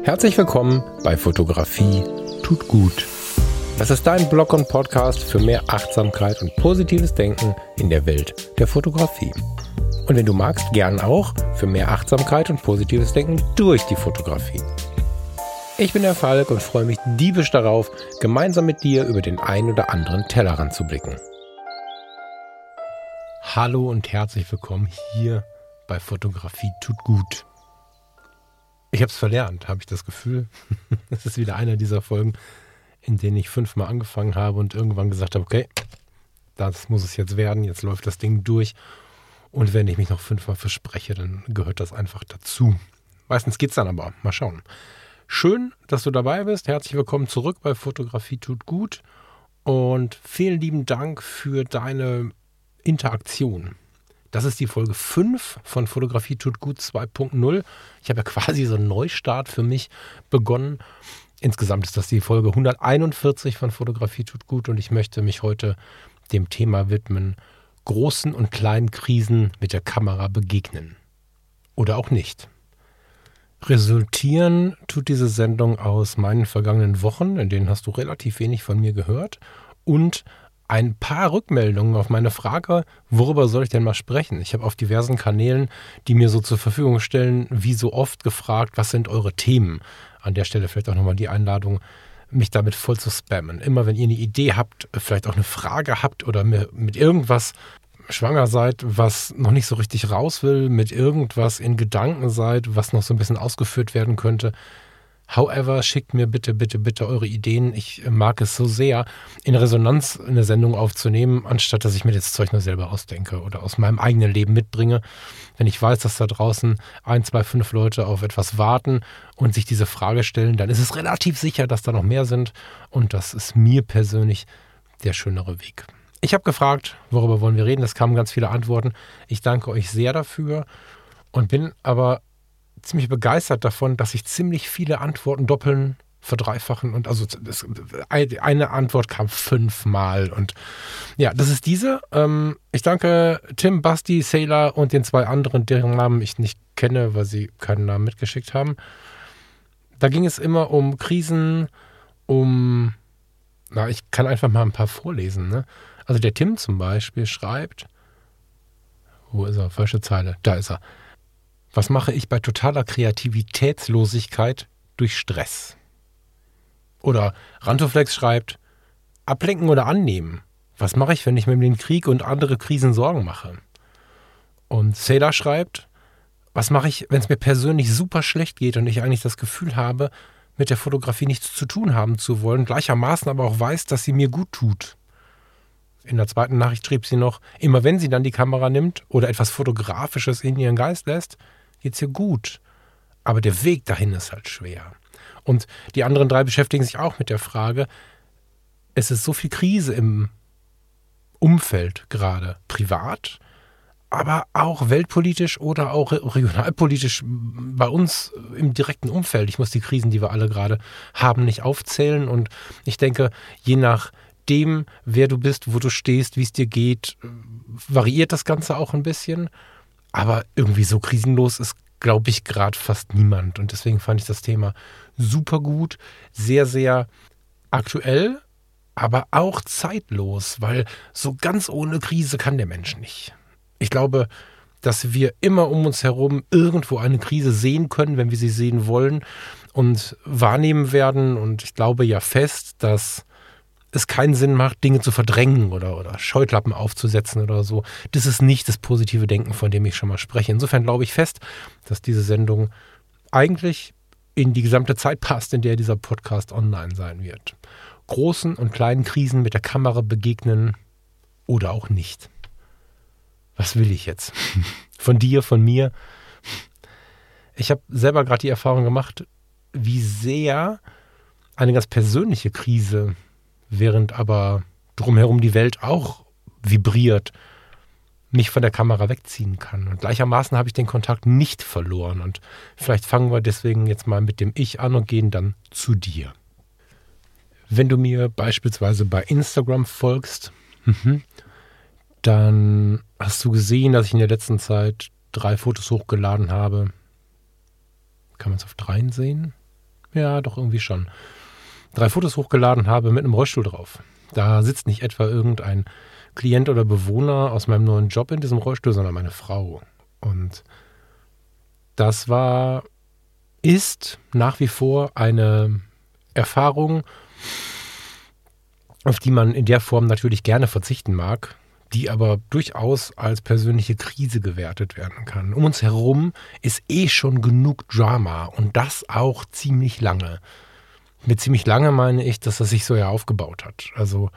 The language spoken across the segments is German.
Herzlich willkommen bei Fotografie tut gut. Das ist dein Blog und Podcast für mehr Achtsamkeit und positives Denken in der Welt der Fotografie. Und wenn du magst, gern auch für mehr Achtsamkeit und positives Denken durch die Fotografie. Ich bin der Falk und freue mich diebisch darauf, gemeinsam mit dir über den ein oder anderen Tellerrand zu blicken. Hallo und herzlich willkommen hier bei Fotografie tut gut. Ich habe es verlernt, habe ich das Gefühl. Es ist wieder einer dieser Folgen, in denen ich 5-mal angefangen habe und irgendwann gesagt habe, okay, das muss es jetzt werden, jetzt läuft das Ding durch. Und wenn ich mich noch 5-mal verspreche, dann gehört das einfach dazu. Meistens geht's dann aber. Mal schauen. Schön, dass du dabei bist. Herzlich willkommen zurück bei Fotografie tut gut. Und vielen lieben Dank für deine Interaktion. Das ist die Folge 5 von Fotografie tut gut 2.0. Ich habe ja quasi so einen Neustart für mich begonnen. Insgesamt ist das die Folge 141 von Fotografie tut gut und ich möchte mich heute dem Thema widmen, großen und kleinen Krisen mit der Kamera begegnen. Oder auch nicht. Resultieren tut diese Sendung aus meinen vergangenen Wochen, in denen hast du relativ wenig von mir gehört, und ein paar Rückmeldungen auf meine Frage, worüber soll ich denn mal sprechen? Ich habe auf diversen Kanälen, die mir so zur Verfügung stellen, wie so oft gefragt, was sind eure Themen? An der Stelle vielleicht auch nochmal die Einladung, mich damit voll zu spammen. Immer wenn ihr eine Idee habt, vielleicht auch eine Frage habt oder mit irgendwas schwanger seid, was noch nicht so richtig raus will, mit irgendwas in Gedanken seid, was noch so ein bisschen ausgeführt werden könnte. However, schickt mir bitte eure Ideen. Ich mag es so sehr, in Resonanz eine Sendung aufzunehmen, anstatt dass ich mir das Zeug nur selber ausdenke oder aus meinem eigenen Leben mitbringe. Wenn ich weiß, dass da draußen 1, 2, 5 Leute auf etwas warten und sich diese Frage stellen, dann ist es relativ sicher, dass da noch mehr sind. Und das ist mir persönlich der schönere Weg. Ich habe gefragt, worüber wollen wir reden? Es kamen ganz viele Antworten. Ich danke euch sehr dafür und bin aber ziemlich begeistert davon, dass sich ziemlich viele Antworten doppeln, verdreifachen und also eine Antwort kam 5-mal und ja, das ist diese. Ich danke Tim, Basti, Sailor und den 2 anderen, deren Namen ich nicht kenne, weil sie keinen Namen mitgeschickt haben. Da ging es immer um Krisen, ich kann einfach mal ein paar vorlesen, ne? Also der Tim zum Beispiel schreibt, wo ist er? Falsche Zeile, da ist er. Was mache ich bei totaler Kreativitätslosigkeit durch Stress? Oder Rantoflex schreibt, ablenken oder annehmen? Was mache ich, wenn ich mir um den Krieg und andere Krisen Sorgen mache? Und Sailor schreibt, was mache ich, wenn es mir persönlich super schlecht geht und ich eigentlich das Gefühl habe, mit der Fotografie nichts zu tun haben zu wollen, gleichermaßen aber auch weiß, dass sie mir gut tut? In der zweiten Nachricht schrieb sie noch, immer wenn sie dann die Kamera nimmt oder etwas Fotografisches in ihren Geist lässt, geht's ihr gut. Aber der Weg dahin ist halt schwer. Und die anderen 3 beschäftigen sich auch mit der Frage, es ist so viel Krise im Umfeld gerade, privat, aber auch weltpolitisch oder auch regionalpolitisch bei uns im direkten Umfeld. Ich muss die Krisen, die wir alle gerade haben, nicht aufzählen. Und ich denke, je nachdem, wer du bist, wo du stehst, wie es dir geht, variiert das Ganze auch ein bisschen. Aber irgendwie so krisenlos ist, glaube ich, gerade fast niemand. Und deswegen fand ich das Thema super gut, sehr, sehr aktuell, aber auch zeitlos, weil so ganz ohne Krise kann der Mensch nicht. Ich glaube, dass wir immer um uns herum irgendwo eine Krise sehen können, wenn wir sie sehen wollen und wahrnehmen werden. Und ich glaube ja fest, dass es keinen Sinn macht, Dinge zu verdrängen oder Scheuklappen aufzusetzen oder so. Das ist nicht das positive Denken, von dem ich schon mal spreche. Insofern glaube ich fest, dass diese Sendung eigentlich in die gesamte Zeit passt, in der dieser Podcast online sein wird. Großen und kleinen Krisen mit der Kamera begegnen oder auch nicht. Was will ich jetzt? Von dir, von mir? Ich habe selber gerade die Erfahrung gemacht, wie sehr eine ganz persönliche Krise, während aber drumherum die Welt auch vibriert, mich von der Kamera wegziehen kann. Und gleichermaßen habe ich den Kontakt nicht verloren. Und vielleicht fangen wir deswegen jetzt mal mit dem Ich an und gehen dann zu dir. Wenn du mir beispielsweise bei Instagram folgst, dann hast du gesehen, dass ich in der letzten Zeit 3 Fotos hochgeladen habe. Kann man es auf 3 sehen? Ja, doch irgendwie schon. 3 Fotos hochgeladen habe mit einem Rollstuhl drauf. Da sitzt nicht etwa irgendein Klient oder Bewohner aus meinem neuen Job in diesem Rollstuhl, sondern meine Frau. Und das ist nach wie vor eine Erfahrung, auf die man in der Form natürlich gerne verzichten mag, die aber durchaus als persönliche Krise gewertet werden kann. Um uns herum ist schon genug Drama und das auch ziemlich lange. Mit ziemlich lange meine ich, dass das sich so ja aufgebaut hat. Also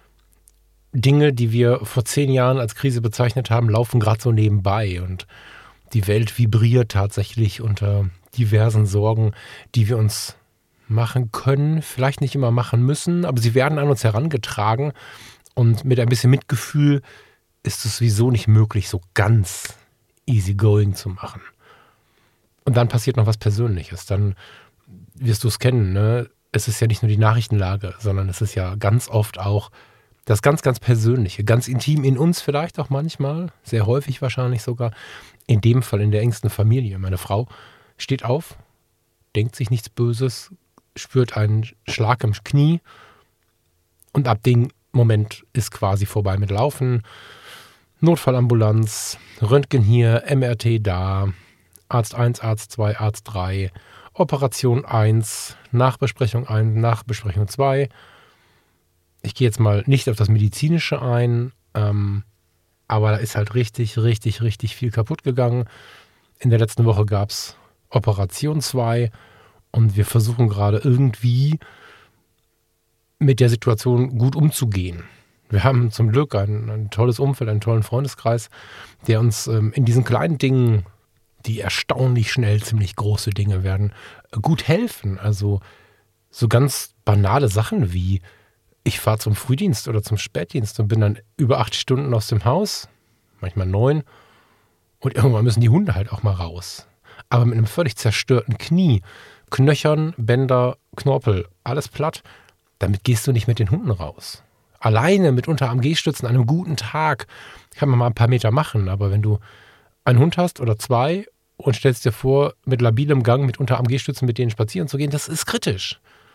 Dinge, die wir vor 10 Jahren als Krise bezeichnet haben, laufen gerade so nebenbei und die Welt vibriert tatsächlich unter diversen Sorgen, die wir uns machen können, vielleicht nicht immer machen müssen, aber sie werden an uns herangetragen und mit ein bisschen Mitgefühl ist es sowieso nicht möglich, so ganz easygoing zu machen. Und dann passiert noch was Persönliches, dann wirst du es kennen, ne? Es ist ja nicht nur die Nachrichtenlage, sondern es ist ja ganz oft auch das ganz, ganz Persönliche, ganz intim in uns vielleicht auch manchmal, sehr häufig wahrscheinlich sogar, in dem Fall in der engsten Familie. Meine Frau steht auf, denkt sich nichts Böses, spürt einen Schlag im Knie und ab dem Moment ist quasi vorbei mit Laufen. Notfallambulanz, Röntgen hier, MRT da, Arzt 1, Arzt 2, Arzt 3, Operation 1, Nachbesprechung 1, Nachbesprechung 2. Ich gehe jetzt mal nicht auf das Medizinische ein, aber da ist halt richtig, richtig, richtig viel kaputt gegangen. In der letzten Woche gab es Operation 2 und wir versuchen gerade irgendwie mit der Situation gut umzugehen. Wir haben zum Glück ein tolles Umfeld, einen tollen Freundeskreis, der uns in diesen kleinen Dingen, die erstaunlich schnell ziemlich große Dinge werden, gut helfen. Also so ganz banale Sachen wie, ich fahre zum Frühdienst oder zum Spätdienst und bin dann über 8 Stunden aus dem Haus, manchmal 9, und irgendwann müssen die Hunde halt auch mal raus. Aber mit einem völlig zerstörten Knie, Knöchern, Bänder, Knorpel, alles platt, damit gehst du nicht mit den Hunden raus. Alleine mit Unter-AMG-Stützen an einem guten Tag kann man mal ein paar Meter machen, aber wenn du einen Hund hast oder 2 und stellst dir vor, mit labilem Gang mit Unter-AMG-Stützen mit denen spazieren zu gehen, das ist kritisch.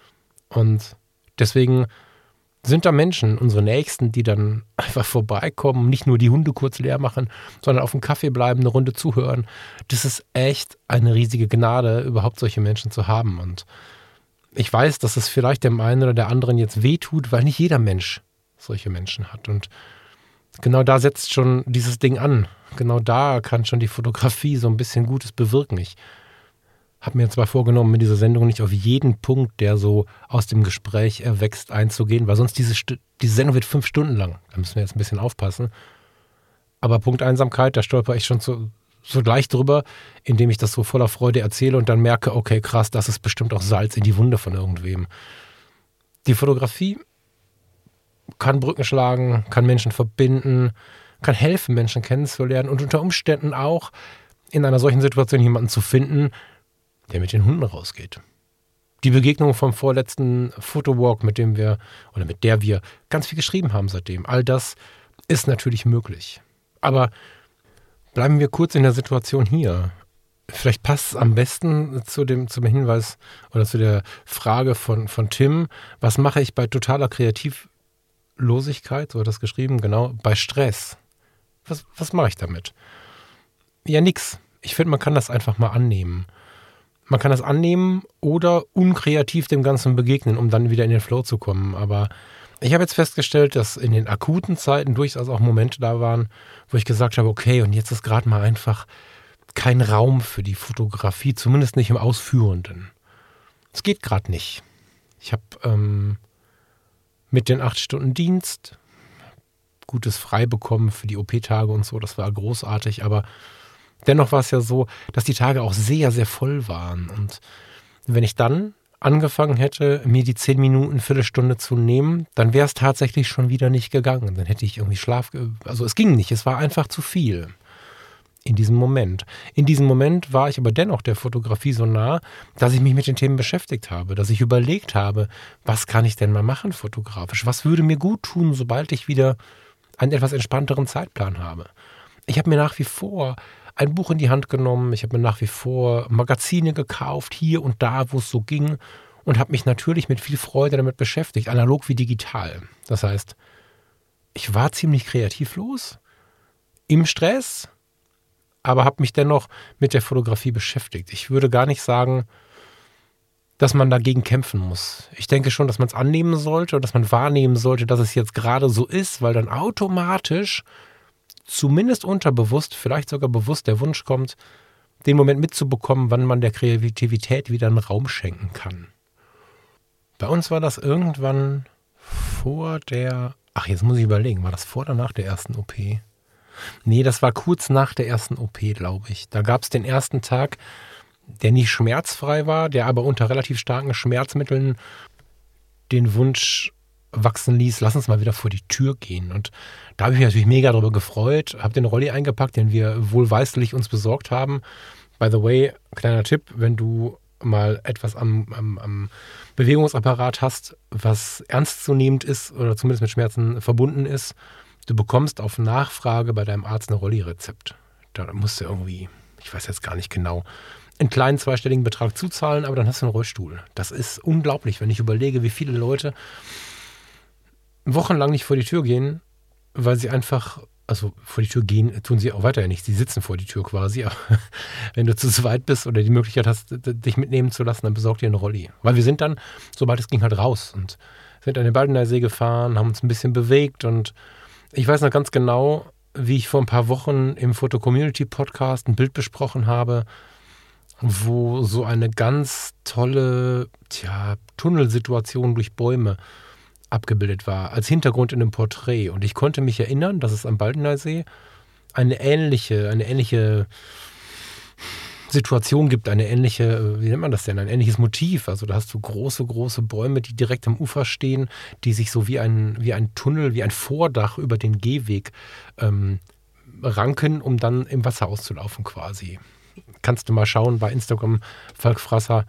Und deswegen sind da Menschen, unsere Nächsten, die dann einfach vorbeikommen, nicht nur die Hunde kurz leer machen, sondern auf dem Kaffee bleiben, eine Runde zuhören. Das ist echt eine riesige Gnade, überhaupt solche Menschen zu haben. Und ich weiß, dass es vielleicht dem einen oder der anderen jetzt wehtut, weil nicht jeder Mensch solche Menschen hat. Und genau da setzt schon dieses Ding an. Genau da kann schon die Fotografie so ein bisschen Gutes bewirken. Ich habe mir zwar vorgenommen, in dieser Sendung nicht auf jeden Punkt, der so aus dem Gespräch erwächst, einzugehen, weil sonst diese Sendung wird 5 Stunden lang. Da müssen wir jetzt ein bisschen aufpassen. Aber Punkt Einsamkeit, da stolper ich schon so gleich drüber, indem ich das so voller Freude erzähle und dann merke, okay, krass, das ist bestimmt auch Salz in die Wunde von irgendwem. Die Fotografie kann Brücken schlagen, kann Menschen verbinden, kann helfen, Menschen kennenzulernen und unter Umständen auch in einer solchen Situation jemanden zu finden, der mit den Hunden rausgeht. Die Begegnung vom vorletzten Fotowalk, mit der wir ganz viel geschrieben haben seitdem, all das ist natürlich möglich. Aber bleiben wir kurz in der Situation hier. Vielleicht passt es am besten zum Hinweis oder zu der Frage von Tim, was mache ich bei totaler Kreativlosigkeit, so hat das geschrieben, genau, bei Stress. Was mache ich damit? Ja, nix. Ich finde, man kann das einfach mal annehmen. Man kann das annehmen oder unkreativ dem Ganzen begegnen, um dann wieder in den Flow zu kommen. Aber ich habe jetzt festgestellt, dass in den akuten Zeiten durchaus auch Momente da waren, wo ich gesagt habe, okay, und jetzt ist gerade mal einfach kein Raum für die Fotografie, zumindest nicht im Ausführenden. Es geht gerade nicht. Ich habe mit den 8 Stunden Dienst gutes frei bekommen für die OP-Tage und so, das war großartig, aber dennoch war es ja so, dass die Tage auch sehr, sehr voll waren. Und wenn ich dann angefangen hätte, mir die 10 Minuten, Viertelstunde zu nehmen, dann wäre es tatsächlich schon wieder nicht gegangen. Dann hätte ich irgendwie also es ging nicht, es war einfach zu viel in diesem Moment. In diesem Moment war ich aber dennoch der Fotografie so nah, dass ich mich mit den Themen beschäftigt habe, dass ich überlegt habe, was kann ich denn mal machen fotografisch? Was würde mir gut tun, sobald ich wieder einen etwas entspannteren Zeitplan habe? Ich habe mir nach wie vor ein Buch in die Hand genommen. Ich habe mir nach wie vor Magazine gekauft, hier und da, wo es so ging. und habe mich natürlich mit viel Freude damit beschäftigt, analog wie digital. Das heißt, ich war ziemlich kreativlos, im Stress, aber habe mich dennoch mit der Fotografie beschäftigt. Ich würde gar nicht sagen, dass man dagegen kämpfen muss. Ich denke schon, dass man es annehmen sollte und dass man wahrnehmen sollte, dass es jetzt gerade so ist, weil dann automatisch, zumindest unterbewusst, vielleicht sogar bewusst der Wunsch kommt, den Moment mitzubekommen, wann man der Kreativität wieder einen Raum schenken kann. Bei uns war das irgendwann jetzt muss ich überlegen, war das vor oder nach der ersten OP? Nee, das war kurz nach der ersten OP, glaube ich. Da gab es den ersten Tag, der nicht schmerzfrei war, der aber unter relativ starken Schmerzmitteln den Wunsch wachsen ließ, lass uns mal wieder vor die Tür gehen. Und da habe ich mich natürlich mega darüber gefreut, habe den Rolli eingepackt, den wir wohlweislich uns besorgt haben. By the way, kleiner Tipp, wenn du mal etwas am Bewegungsapparat hast, was ernstzunehmend ist oder zumindest mit Schmerzen verbunden ist, du bekommst auf Nachfrage bei deinem Arzt ein Rolli-Rezept. Da musst du irgendwie, ich weiß jetzt gar nicht genau, einen kleinen zweistelligen Betrag zuzahlen, aber dann hast du einen Rollstuhl. Das ist unglaublich, wenn ich überlege, wie viele Leute wochenlang nicht vor die Tür gehen, weil sie einfach, also vor die Tür gehen, tun sie auch weiterhin nicht. Sie sitzen vor die Tür quasi. Aber wenn du zu zweit bist oder die Möglichkeit hast, dich mitnehmen zu lassen, dann besorg dir einen Rolli. Weil wir sind dann, sobald es ging, halt raus und sind an den Baldeneysee gefahren, haben uns ein bisschen bewegt und ich weiß noch ganz genau, wie ich vor ein paar Wochen im Foto-Community-Podcast ein Bild besprochen habe, wo so eine ganz tolle Tunnelsituation durch Bäume abgebildet war, als Hintergrund in einem Porträt. Und ich konnte mich erinnern, dass es am Baldeneysee eine ähnliche Situation gibt, eine ähnliche, wie nennt man das denn, ein ähnliches Motiv. Also da hast du große, große Bäume, die direkt am Ufer stehen, die sich so wie ein Tunnel, wie ein Vordach über den Gehweg ranken, um dann im Wasser auszulaufen quasi. Kannst du mal schauen bei Instagram, @Falkfrasser,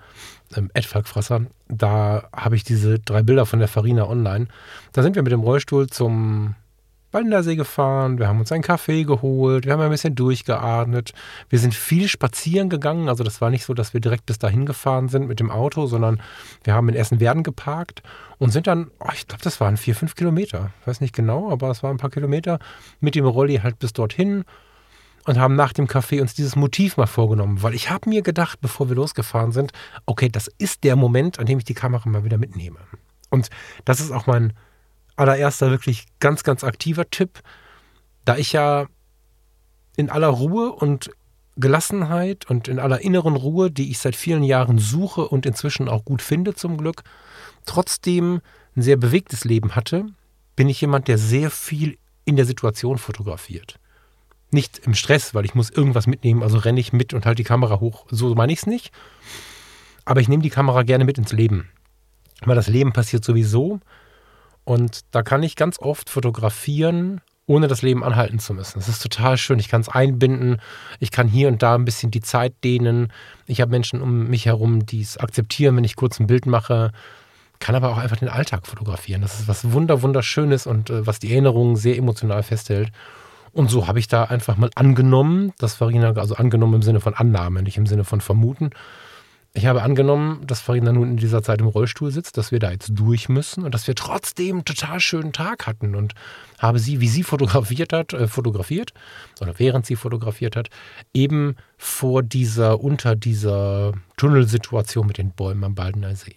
da habe ich diese 3 Bilder von der Farina online. Da sind wir mit dem Rollstuhl zum Baldeneysee gefahren, wir haben uns einen Kaffee geholt, wir haben ein bisschen durchgeatmet, wir sind viel spazieren gegangen, also das war nicht so, dass wir direkt bis dahin gefahren sind mit dem Auto, sondern wir haben in Essen-Werden geparkt und sind dann, ich glaube, das waren 4-5 Kilometer, ich weiß nicht genau, aber es waren ein paar Kilometer mit dem Rolli halt bis dorthin und haben nach dem Kaffee uns dieses Motiv mal vorgenommen, weil ich habe mir gedacht, bevor wir losgefahren sind, okay, das ist der Moment, an dem ich die Kamera mal wieder mitnehme. Und das ist auch mein allererster wirklich ganz, ganz aktiver Tipp, da ich ja in aller Ruhe und Gelassenheit und in aller inneren Ruhe, die ich seit vielen Jahren suche und inzwischen auch gut finde zum Glück, trotzdem ein sehr bewegtes Leben hatte, bin ich jemand, der sehr viel in der Situation fotografiert. Nicht im Stress, weil ich muss irgendwas mitnehmen, also renne ich mit und halte die Kamera hoch. So meine ich es nicht. Aber ich nehme die Kamera gerne mit ins Leben. Weil das Leben passiert sowieso. Und da kann ich ganz oft fotografieren, ohne das Leben anhalten zu müssen. Das ist total schön. Ich kann es einbinden. Ich kann hier und da ein bisschen die Zeit dehnen. Ich habe Menschen um mich herum, die es akzeptieren, wenn ich kurz ein Bild mache. Kann aber auch einfach den Alltag fotografieren. Das ist was Wunderschönes und was die Erinnerungen sehr emotional festhält. Und so habe ich da einfach mal angenommen, dass Farina, also angenommen im Sinne von Annahme, nicht im Sinne von vermuten. Ich habe angenommen, dass Farina nun in dieser Zeit im Rollstuhl sitzt, dass wir da jetzt durch müssen und dass wir trotzdem einen total schönen Tag hatten und habe sie, wie sie fotografiert oder während sie fotografiert hat, eben unter dieser Tunnelsituation mit den Bäumen am Baldeneysee.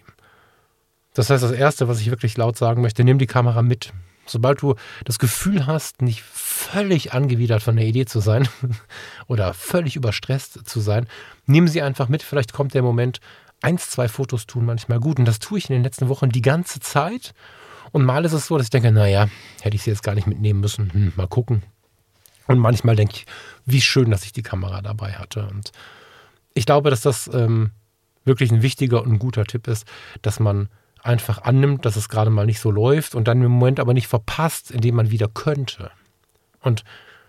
Das heißt, das Erste, was ich wirklich laut sagen möchte, nimm die Kamera mit. Sobald du das Gefühl hast, nicht völlig angewidert von der Idee zu sein oder völlig überstresst zu sein, nimm sie einfach mit. Vielleicht kommt der Moment, 1, 2 Fotos tun manchmal gut. Und das tue ich in den letzten Wochen die ganze Zeit. Und mal ist es so, dass ich denke, naja, hätte ich sie jetzt gar nicht mitnehmen müssen. Mal gucken. Und manchmal denke ich, wie schön, dass ich die Kamera dabei hatte. Und ich glaube, dass das wirklich ein wichtiger und ein guter Tipp ist, dass man einfach annimmt, dass es gerade mal nicht so läuft und dann im Moment aber nicht verpasst, indem man wieder könnte. Und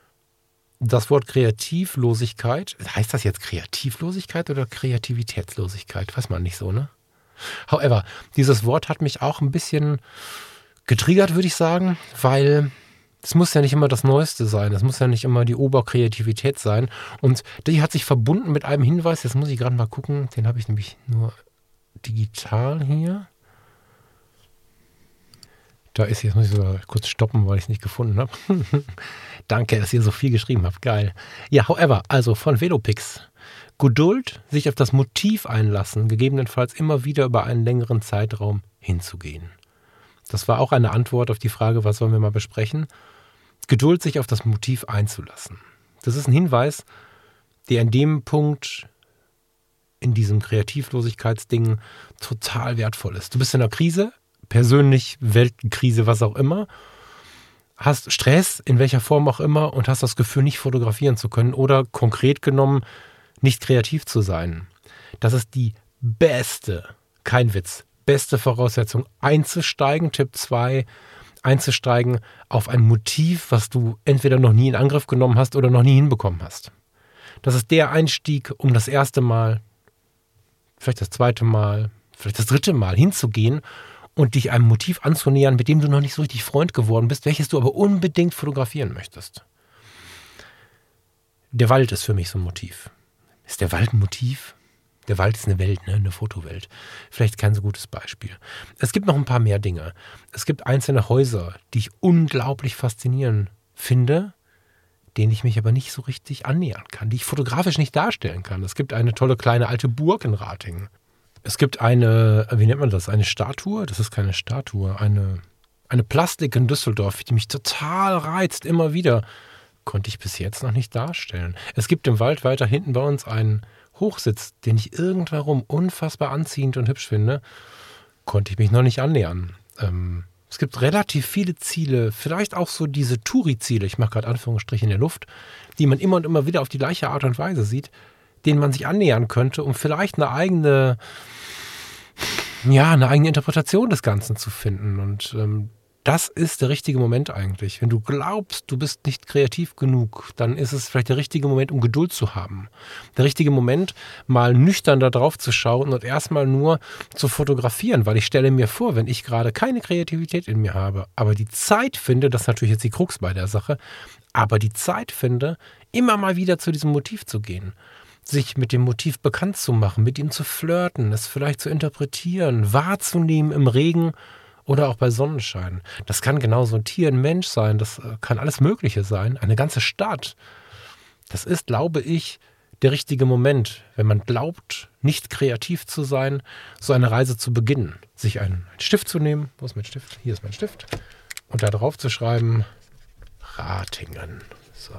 das Wort Kreativlosigkeit, heißt das jetzt Kreativlosigkeit oder Kreativitätslosigkeit? Weiß man nicht so, ne? However, dieses Wort hat mich auch ein bisschen getriggert, würde ich sagen, weil es muss ja nicht immer das Neueste sein, es muss ja nicht immer die Oberkreativität sein. Und die hat sich verbunden mit einem Hinweis, jetzt muss ich gerade mal gucken, den habe ich nämlich nur digital hier. Da ist, jetzt muss ich sogar kurz stoppen, weil ich es nicht gefunden habe. Danke, dass ihr so viel geschrieben habt. Geil. Ja, however, also von Velopix. Geduld, sich auf das Motiv einlassen, gegebenenfalls immer wieder über einen längeren Zeitraum hinzugehen. Das war auch eine Antwort auf die Frage, was sollen wir mal besprechen? Geduld, sich auf das Motiv einzulassen. Das ist ein Hinweis, der in dem Punkt, in diesem Kreativlosigkeitsding, total wertvoll ist. Du bist in einer Krise, persönlich, Weltkrise, was auch immer, hast Stress, in welcher Form auch immer, und hast das Gefühl, nicht fotografieren zu können oder konkret genommen, nicht kreativ zu sein. Das ist die beste, kein Witz, beste Voraussetzung, einzusteigen. Tipp 2, einzusteigen auf ein Motiv, was du entweder noch nie in Angriff genommen hast oder noch nie hinbekommen hast. Das ist der Einstieg, um das erste Mal, vielleicht das zweite Mal, vielleicht das dritte Mal hinzugehen und dich einem Motiv anzunähern, mit dem du noch nicht so richtig Freund geworden bist, welches du aber unbedingt fotografieren möchtest. Der Wald ist für mich so ein Motiv. Ist der Wald ein Motiv? Der Wald ist eine Welt, ne? Eine Fotowelt. Vielleicht kein so gutes Beispiel. Es gibt noch ein paar mehr Dinge. Es gibt einzelne Häuser, die ich unglaublich faszinierend finde, denen ich mich aber nicht so richtig annähern kann, die ich fotografisch nicht darstellen kann. Es gibt eine tolle kleine alte Burg in Ratingen. Es gibt eine, wie nennt man das, eine Statue? Das ist keine Statue, eine Plastik in Düsseldorf, die mich total reizt, immer wieder. Konnte ich bis jetzt noch nicht darstellen. Es gibt im Wald weiter hinten bei uns einen Hochsitz, den ich irgendwann unfassbar anziehend und hübsch finde. Konnte ich mich noch nicht annähern. Es gibt relativ viele Ziele, vielleicht auch so diese Touri-Ziele, ich mache gerade Anführungsstriche in der Luft, die man immer und immer wieder auf die gleiche Art und Weise sieht, denen man sich annähern könnte, um vielleicht eine eigene Interpretation des Ganzen zu finden. Und das ist der richtige Moment eigentlich. Wenn du glaubst, du bist nicht kreativ genug, dann ist es vielleicht der richtige Moment, um Geduld zu haben. Der richtige Moment, mal nüchtern da drauf zu schauen und erstmal nur zu fotografieren, weil ich stelle mir vor, wenn ich gerade keine Kreativität in mir habe, aber die Zeit finde, das ist natürlich jetzt die Krux bei der Sache, aber die Zeit finde, immer mal wieder zu diesem Motiv zu gehen, sich mit dem Motiv bekannt zu machen, mit ihm zu flirten, es vielleicht zu interpretieren, wahrzunehmen im Regen oder auch bei Sonnenschein. Das kann genauso ein Tier, ein Mensch sein, das kann alles Mögliche sein, eine ganze Stadt. Das ist, glaube ich, der richtige Moment, wenn man glaubt, nicht kreativ zu sein, so eine Reise zu beginnen. Sich einen Stift zu nehmen, wo ist mein Stift? Hier ist mein Stift. Und da drauf zu schreiben, Ratingen. So.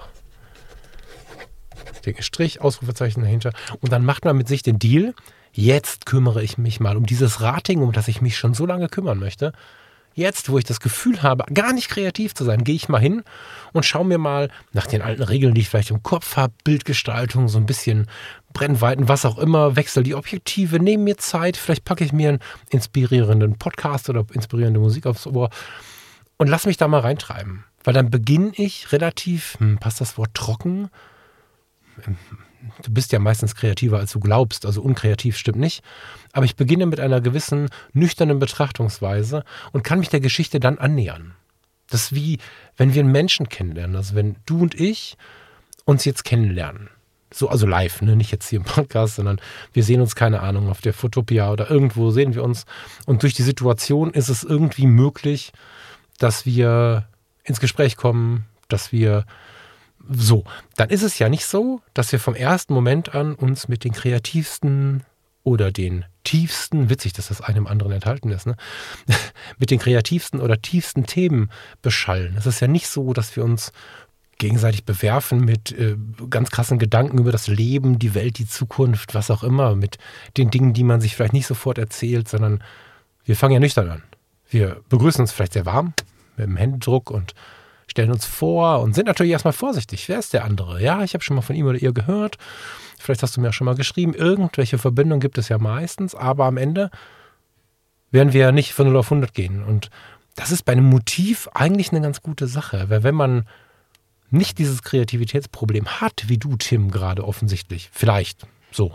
Dicke Strich, Ausrufezeichen dahinter. Und dann macht man mit sich den Deal, jetzt kümmere ich mich mal um dieses Ratingen, um das ich mich schon so lange kümmern möchte. Jetzt, wo ich das Gefühl habe, gar nicht kreativ zu sein, gehe ich mal hin und schaue mir mal nach den alten Regeln, die ich vielleicht im Kopf habe, Bildgestaltung, so ein bisschen Brennweiten, was auch immer, wechsle die Objektive, nehme mir Zeit, vielleicht packe ich mir einen inspirierenden Podcast oder inspirierende Musik aufs Ohr und lass mich da mal reintreiben. Weil dann beginne ich relativ, passt das Wort trocken? Du bist ja meistens kreativer, als du glaubst, also unkreativ stimmt nicht. Aber ich beginne mit einer gewissen nüchternen Betrachtungsweise und kann mich der Geschichte dann annähern. Das ist wie, wenn wir einen Menschen kennenlernen. Also wenn du und ich uns jetzt kennenlernen. So, also live, ne? Nicht jetzt hier im Podcast, sondern wir sehen uns, keine Ahnung, auf der Fotopia oder irgendwo sehen wir uns. Und durch die Situation ist es irgendwie möglich, dass wir ins Gespräch kommen, dass wir so, dann ist es ja nicht so, dass wir vom ersten Moment an uns mit den kreativsten oder den tiefsten, witzig, dass das einem anderen enthalten ist, ne? Mit den kreativsten oder tiefsten Themen beschallen. Es ist ja nicht so, dass wir uns gegenseitig bewerfen mit ganz krassen Gedanken über das Leben, die Welt, die Zukunft, was auch immer, mit den Dingen, die man sich vielleicht nicht sofort erzählt, sondern wir fangen ja nüchtern an. Wir begrüßen uns vielleicht sehr warm mit dem Händedruck und stellen uns vor und sind natürlich erstmal vorsichtig. Wer ist der andere? Ja, ich habe schon mal von ihm oder ihr gehört. Vielleicht hast du mir auch schon mal geschrieben. Irgendwelche Verbindungen gibt es ja meistens, aber am Ende werden wir ja nicht von 0 auf 100 gehen. Und das ist bei einem Motiv eigentlich eine ganz gute Sache, weil wenn man nicht dieses Kreativitätsproblem hat, wie du, Tim, gerade offensichtlich, vielleicht so,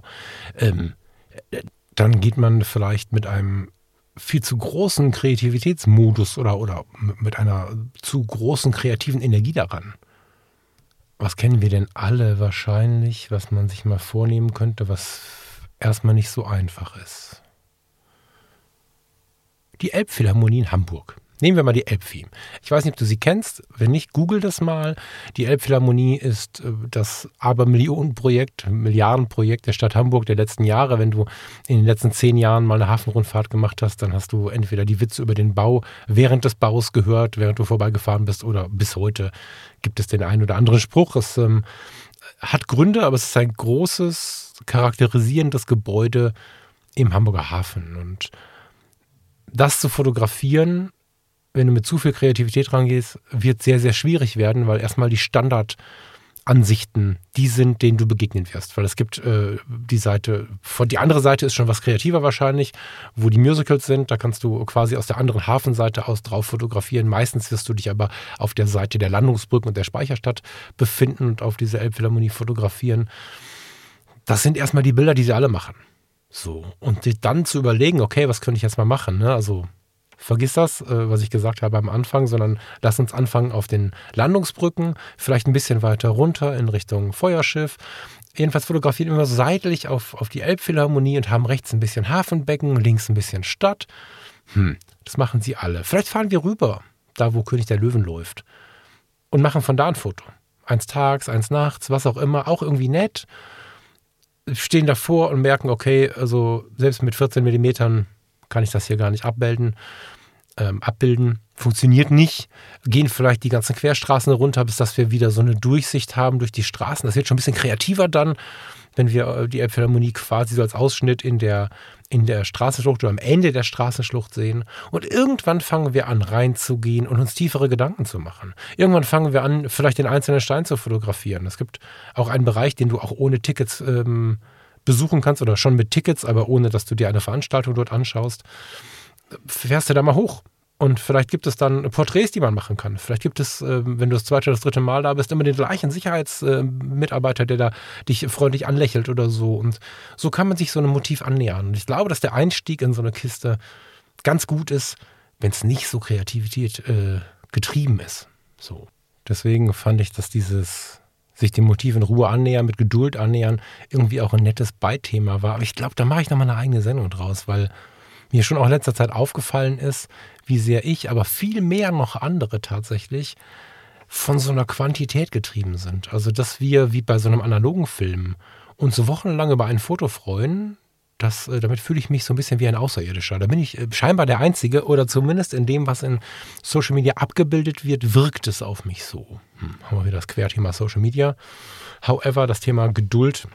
dann geht man vielleicht mit einem viel zu großen Kreativitätsmodus oder mit einer zu großen kreativen Energie daran. Was kennen wir denn alle wahrscheinlich, was man sich mal vornehmen könnte, was erstmal nicht so einfach ist? die Elbphilharmonie in Hamburg. Nehmen wir mal die Elbphilharmonie. Ich weiß nicht, ob du sie kennst. Wenn nicht, google das mal. Die Elbphilharmonie ist das Abermillionenprojekt, Milliardenprojekt der Stadt Hamburg der letzten Jahre. Wenn du in den letzten 10 Jahren mal eine Hafenrundfahrt gemacht hast, dann hast du entweder die Witze über den Bau während des Baus gehört, während du vorbeigefahren bist, oder bis heute gibt es den einen oder anderen Spruch. Es hat Gründe, aber es ist ein großes, charakterisierendes Gebäude im Hamburger Hafen. Und das zu fotografieren, wenn du mit zu viel Kreativität rangehst, wird sehr, sehr schwierig werden, weil erstmal die Standardansichten die sind, denen du begegnen wirst. Weil es gibt die andere Seite ist schon was kreativer wahrscheinlich, wo die Musicals sind, da kannst du quasi aus der anderen Hafenseite aus drauf fotografieren. Meistens wirst du dich aber auf der Seite der Landungsbrücken und der Speicherstadt befinden und auf diese Elbphilharmonie fotografieren. Das sind erstmal die Bilder, die sie alle machen. So. Und dann zu überlegen, okay, was könnte ich jetzt mal machen? Ne? Also vergiss das, was ich gesagt habe am Anfang, sondern lass uns anfangen auf den Landungsbrücken, vielleicht ein bisschen weiter runter in Richtung Feuerschiff. Jedenfalls fotografieren wir seitlich auf die Elbphilharmonie und haben rechts ein bisschen Hafenbecken, links ein bisschen Stadt. Das machen sie alle. Vielleicht fahren wir rüber, da wo König der Löwen läuft, und machen von da ein Foto. Eins tags, eins nachts, was auch immer, auch irgendwie nett. Stehen davor und merken, okay, also selbst mit 14 Millimetern kann ich das hier gar nicht abbilden. Funktioniert nicht. Gehen vielleicht die ganzen Querstraßen runter, bis dass wir wieder so eine Durchsicht haben durch die Straßen. Das wird schon ein bisschen kreativer dann, wenn wir die Elbphilharmonie quasi so als Ausschnitt in der Straßenschlucht oder am Ende der Straßenschlucht sehen. Und irgendwann fangen wir an, reinzugehen und uns tiefere Gedanken zu machen. Irgendwann fangen wir an, vielleicht den einzelnen Stein zu fotografieren. Es gibt auch einen Bereich, den du auch ohne Tickets besuchen kannst oder schon mit Tickets, aber ohne, dass du dir eine Veranstaltung dort anschaust. Fährst du da mal hoch. Und vielleicht gibt es dann Porträts, die man machen kann. Vielleicht gibt es, wenn du das 2. oder das 3. Mal da bist, immer den gleichen Sicherheitsmitarbeiter, der da dich freundlich anlächelt oder so. Und so kann man sich so einem Motiv annähern. Und ich glaube, dass der Einstieg in so eine Kiste ganz gut ist, wenn es nicht so Kreativität getrieben ist. So. Deswegen fand ich, dass dieses sich dem Motiv in Ruhe annähern, mit Geduld annähern, irgendwie auch ein nettes Beithema war. Aber ich glaube, da mache ich nochmal eine eigene Sendung draus, weil mir schon auch in letzter Zeit aufgefallen ist, wie sehr ich, aber viel mehr noch andere tatsächlich, von so einer Quantität getrieben sind. Also, dass wir, wie bei so einem analogen Film, uns wochenlang über ein Foto freuen, damit fühle ich mich so ein bisschen wie ein Außerirdischer. Da bin ich scheinbar der Einzige, oder zumindest in dem, was in Social Media abgebildet wird, wirkt es auf mich so. Haben wir wieder das Querthema Social Media. However, das Thema Geduld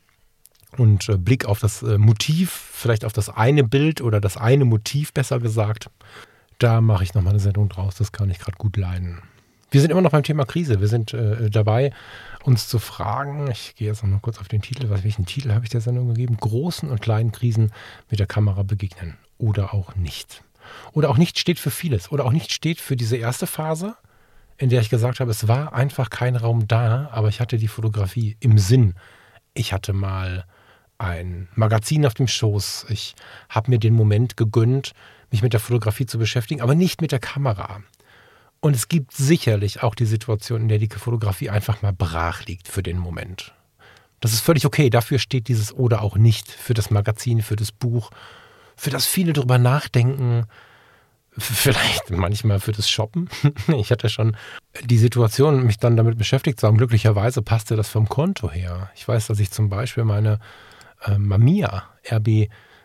und Blick auf das Motiv, vielleicht auf das eine Bild oder das eine Motiv, besser gesagt, da mache ich nochmal eine Sendung draus. Das kann ich gerade gut leiden. Wir sind immer noch beim Thema Krise. Wir sind dabei, uns zu fragen, ich gehe jetzt noch mal kurz auf den Titel, welchen Titel habe ich der Sendung gegeben? Großen und kleinen Krisen mit der Kamera begegnen oder auch nicht. Oder auch nicht steht für vieles. Oder auch nicht steht für diese erste Phase, in der ich gesagt habe, es war einfach kein Raum da, aber ich hatte die Fotografie im Sinn. Ich hatte mal ein Magazin auf dem Schoß. Ich habe mir den Moment gegönnt, mich mit der Fotografie zu beschäftigen, aber nicht mit der Kamera. Und es gibt sicherlich auch die Situation, in der die Fotografie einfach mal brach liegt für den Moment. Das ist völlig okay. Dafür steht dieses oder auch nicht. Für das Magazin, für das Buch, für das viele drüber nachdenken. Vielleicht manchmal für das Shoppen. Ich hatte schon die Situation, mich dann damit beschäftigt zu haben. Glücklicherweise passte das vom Konto her. Ich weiß, dass ich zum Beispiel meine Mamiya RB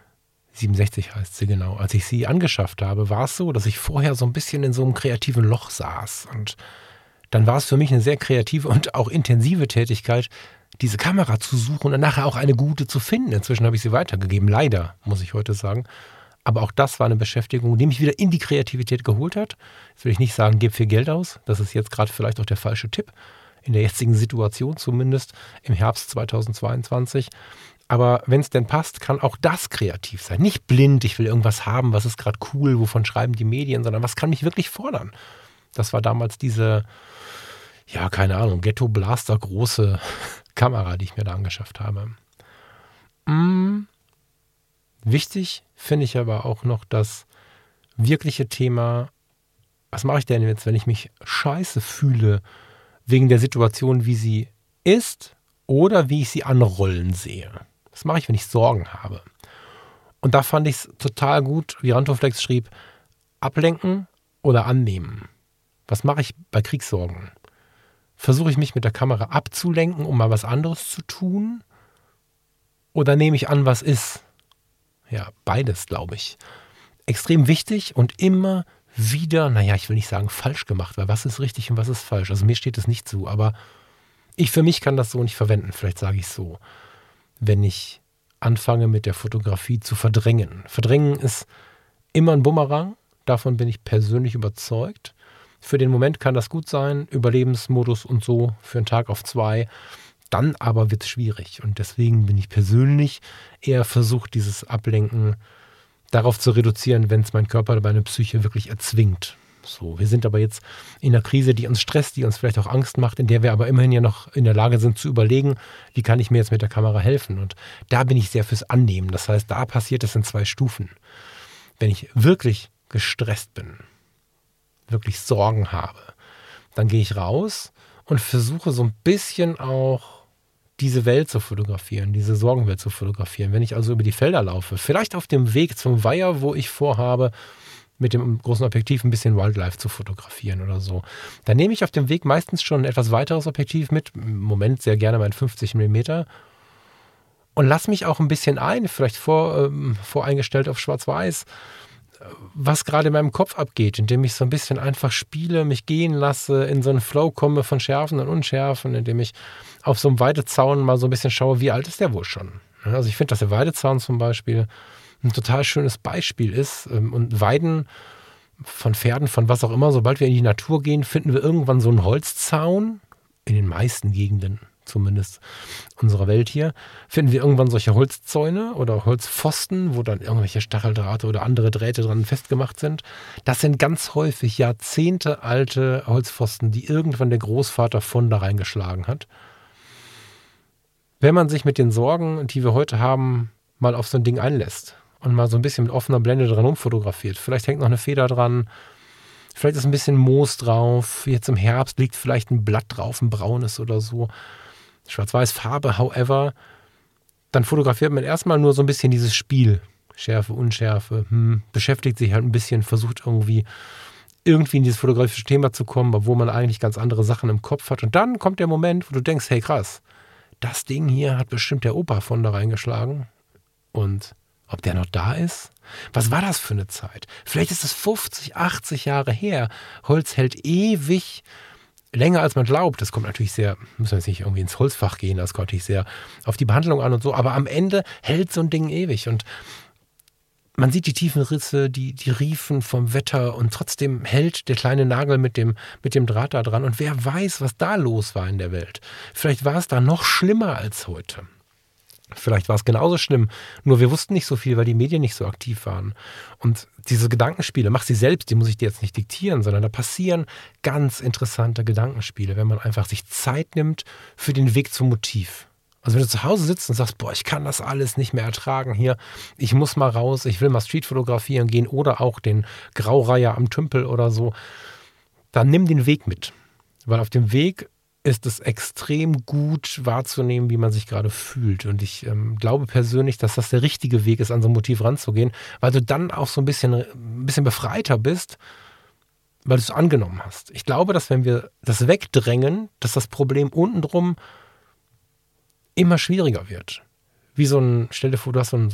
67 heißt sie genau. Als ich sie angeschafft habe, war es so, dass ich vorher so ein bisschen in so einem kreativen Loch saß. Und dann war es für mich eine sehr kreative und auch intensive Tätigkeit, diese Kamera zu suchen und nachher auch eine gute zu finden. Inzwischen habe ich sie weitergegeben, leider, muss ich heute sagen. Aber auch das war eine Beschäftigung, die mich wieder in die Kreativität geholt hat. Jetzt will ich nicht sagen, gib viel Geld aus. Das ist jetzt gerade vielleicht auch der falsche Tipp. In der jetzigen Situation zumindest, im Herbst 2022. Aber wenn es denn passt, kann auch das kreativ sein. Nicht blind, ich will irgendwas haben, was ist gerade cool, wovon schreiben die Medien, sondern was kann mich wirklich fordern. Das war damals diese, ja, keine Ahnung, Ghetto Blaster große Kamera, die ich mir da angeschafft habe. Wichtig finde ich aber auch noch das wirkliche Thema, was mache ich denn jetzt, wenn ich mich scheiße fühle, wegen der Situation, wie sie ist oder wie ich sie anrollen sehe. Das mache ich, wenn ich Sorgen habe. Und da fand ich es total gut, wie Rantoflex schrieb, Ablenken oder annehmen? Was mache ich bei Kriegssorgen? Versuche ich mich mit der Kamera abzulenken, um mal was anderes zu tun? Oder nehme ich an, was ist? Ja, beides, glaube ich. Extrem wichtig und immer wieder, ich will nicht sagen falsch gemacht, weil was ist richtig und was ist falsch? Also mir steht es nicht zu, aber ich für mich kann das so nicht verwenden. Vielleicht sage ich es so. Wenn ich anfange mit der Fotografie zu verdrängen. Verdrängen ist immer ein Bumerang. Davon bin ich persönlich überzeugt. Für den Moment kann das gut sein, Überlebensmodus und so für einen Tag auf 2. Dann aber wird es schwierig. Und deswegen bin ich persönlich eher versucht, dieses Ablenken darauf zu reduzieren, wenn es mein Körper oder meine Psyche wirklich erzwingt. So, wir sind aber jetzt in einer Krise, die uns stresst, die uns vielleicht auch Angst macht, in der wir aber immerhin ja noch in der Lage sind zu überlegen, wie kann ich mir jetzt mit der Kamera helfen? Und da bin ich sehr fürs Annehmen. Das heißt, da passiert es in 2 Stufen. Wenn ich wirklich gestresst bin, wirklich Sorgen habe, dann gehe ich raus und versuche so ein bisschen auch diese Welt zu fotografieren, diese Sorgenwelt zu fotografieren. Wenn ich also über die Felder laufe, vielleicht auf dem Weg zum Weiher, wo ich vorhabe, mit dem großen Objektiv ein bisschen Wildlife zu fotografieren oder so. Dann nehme ich auf dem Weg meistens schon ein etwas weiteres Objektiv mit, im Moment sehr gerne mein 50 mm, und lasse mich auch ein bisschen ein, vielleicht voreingestellt auf Schwarz-Weiß, was gerade in meinem Kopf abgeht, indem ich so ein bisschen einfach spiele, mich gehen lasse, in so einen Flow komme von Schärfen und Unschärfen, indem ich auf so einem Weidezaun mal so ein bisschen schaue, wie alt ist der wohl schon. Also ich finde, dass der Weidezaun zum Beispiel ein total schönes Beispiel ist. Und Weiden von Pferden, von was auch immer, sobald wir in die Natur gehen, finden wir irgendwann so einen Holzzaun, in den meisten Gegenden zumindest unserer Welt hier, finden wir irgendwann solche Holzzäune oder Holzpfosten, wo dann irgendwelche Stacheldrahte oder andere Drähte dran festgemacht sind. Das sind ganz häufig jahrzehntealte Holzpfosten, die irgendwann der Großvater von da reingeschlagen hat. Wenn man sich mit den Sorgen, die wir heute haben, mal auf so ein Ding einlässt und mal so ein bisschen mit offener Blende dran rumfotografiert, vielleicht hängt noch eine Feder dran, vielleicht ist ein bisschen Moos drauf, jetzt im Herbst liegt vielleicht ein Blatt drauf, ein braunes oder so, Schwarz-Weiß Farbe, however, dann fotografiert man erstmal nur so ein bisschen dieses Spiel, Schärfe, Unschärfe, beschäftigt sich halt ein bisschen, versucht irgendwie in dieses fotografische Thema zu kommen, obwohl man eigentlich ganz andere Sachen im Kopf hat. Und dann kommt der Moment, wo du denkst, hey krass, das Ding hier hat bestimmt der Opa von da reingeschlagen. Und ob der noch da ist? Was war das für eine Zeit? Vielleicht ist es 50, 80 Jahre her. Holz hält ewig, länger als man glaubt. Das kommt natürlich müssen wir jetzt nicht irgendwie ins Holzfach gehen, das kommt natürlich sehr auf die Behandlung an und so. Aber am Ende hält so ein Ding ewig. Und man sieht die tiefen Risse, die Riefen vom Wetter, und trotzdem hält der kleine Nagel mit dem Draht da dran. Und wer weiß, was da los war in der Welt. Vielleicht war es da noch schlimmer als heute. Vielleicht war es genauso schlimm, nur wir wussten nicht so viel, weil die Medien nicht so aktiv waren. Und diese Gedankenspiele, mach sie selbst, die muss ich dir jetzt nicht diktieren, sondern da passieren ganz interessante Gedankenspiele, wenn man einfach sich Zeit nimmt für den Weg zum Motiv. Also wenn du zu Hause sitzt und sagst, ich kann das alles nicht mehr ertragen hier, ich muss mal raus, ich will mal Street fotografieren gehen oder auch den Graureiher am Tümpel oder so, dann nimm den Weg mit. Weil auf dem Weg ist es extrem gut wahrzunehmen, wie man sich gerade fühlt. Und ich glaube persönlich, dass das der richtige Weg ist, an so ein Motiv ranzugehen, weil du dann auch so ein bisschen befreiter bist, weil du es angenommen hast. Ich glaube, dass wenn wir das wegdrängen, dass das Problem unten drum immer schwieriger wird. Wie stell dir vor, du hast so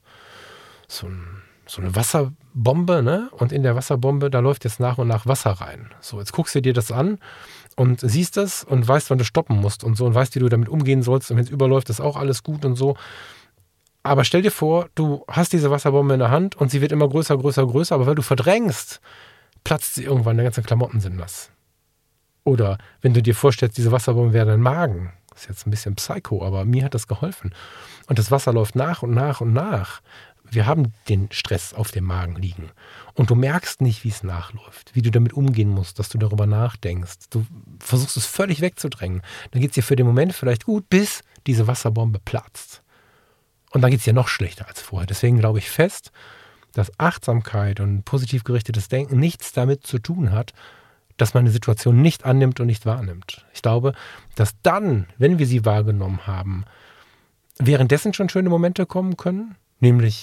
eine Wasserbombe, ne? Und in der Wasserbombe, da läuft jetzt nach und nach Wasser rein. So, jetzt guckst du dir das an und siehst das und weißt, wann du stoppen musst und so, und weißt, wie du damit umgehen sollst, und wenn es überläuft, ist auch alles gut und so. Aber stell dir vor, du hast diese Wasserbombe in der Hand und sie wird immer größer, größer, größer, aber weil du verdrängst, platzt sie irgendwann, deine ganzen Klamotten sind nass. Oder wenn du dir vorstellst, diese Wasserbombe wäre dein Magen. Das ist jetzt ein bisschen psycho, aber mir hat das geholfen. Und das Wasser läuft nach und nach und nach. Wir haben den Stress auf dem Magen liegen. Und du merkst nicht, wie es nachläuft, wie du damit umgehen musst, dass du darüber nachdenkst. Du versuchst es völlig wegzudrängen. Dann geht es dir für den Moment vielleicht gut, bis diese Wasserbombe platzt. Und dann geht es dir noch schlechter als vorher. Deswegen glaube ich fest, dass Achtsamkeit und positiv gerichtetes Denken nichts damit zu tun hat, dass man eine Situation nicht annimmt und nicht wahrnimmt. Ich glaube, dass dann, wenn wir sie wahrgenommen haben, währenddessen schon schöne Momente kommen können, nämlich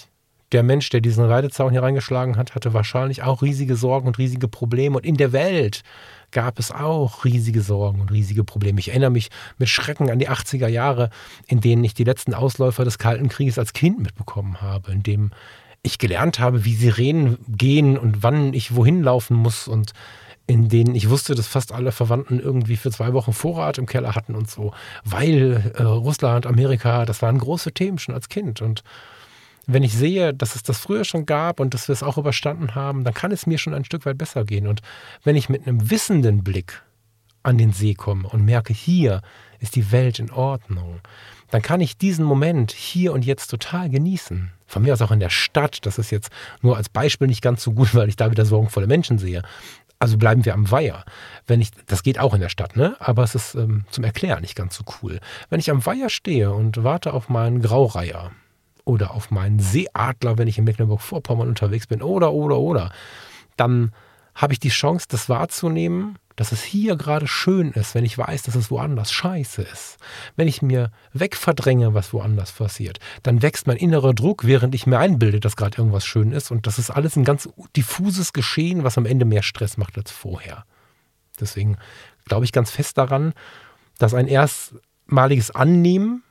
der Mensch, der diesen Weidezaun hier reingeschlagen hat, hatte wahrscheinlich auch riesige Sorgen und riesige Probleme. Und in der Welt gab es auch riesige Sorgen und riesige Probleme. Ich erinnere mich mit Schrecken an die 80er Jahre, in denen ich die letzten Ausläufer des Kalten Krieges als Kind mitbekommen habe, in dem ich gelernt habe, wie Sirenen gehen und wann ich wohin laufen muss und in denen ich wusste, dass fast alle Verwandten irgendwie für 2 Wochen Vorrat im Keller hatten und so, weil Russland, Amerika, das waren große Themen schon als Kind. Und wenn ich sehe, dass es das früher schon gab und dass wir es auch überstanden haben, dann kann es mir schon ein Stück weit besser gehen. Und wenn ich mit einem wissenden Blick an den See komme und merke, hier ist die Welt in Ordnung, dann kann ich diesen Moment hier und jetzt total genießen. Von mir aus auch in der Stadt, das ist jetzt nur als Beispiel nicht ganz so gut, weil ich da wieder sorgenvolle Menschen sehe. Also bleiben wir am Weiher. Das geht auch in der Stadt, ne? Aber es ist zum Erklären nicht ganz so cool. Wenn ich am Weiher stehe und warte auf meinen Graureiher oder auf meinen Seeadler, wenn ich in Mecklenburg-Vorpommern unterwegs bin, oder, dann habe ich die Chance, das wahrzunehmen, dass es hier gerade schön ist, wenn ich weiß, dass es woanders scheiße ist. Wenn ich mir wegverdränge, was woanders passiert, dann wächst mein innerer Druck, während ich mir einbilde, dass gerade irgendwas schön ist. Und das ist alles ein ganz diffuses Geschehen, was am Ende mehr Stress macht als vorher. Deswegen glaube ich ganz fest daran, dass ein erstmaliges Annehmen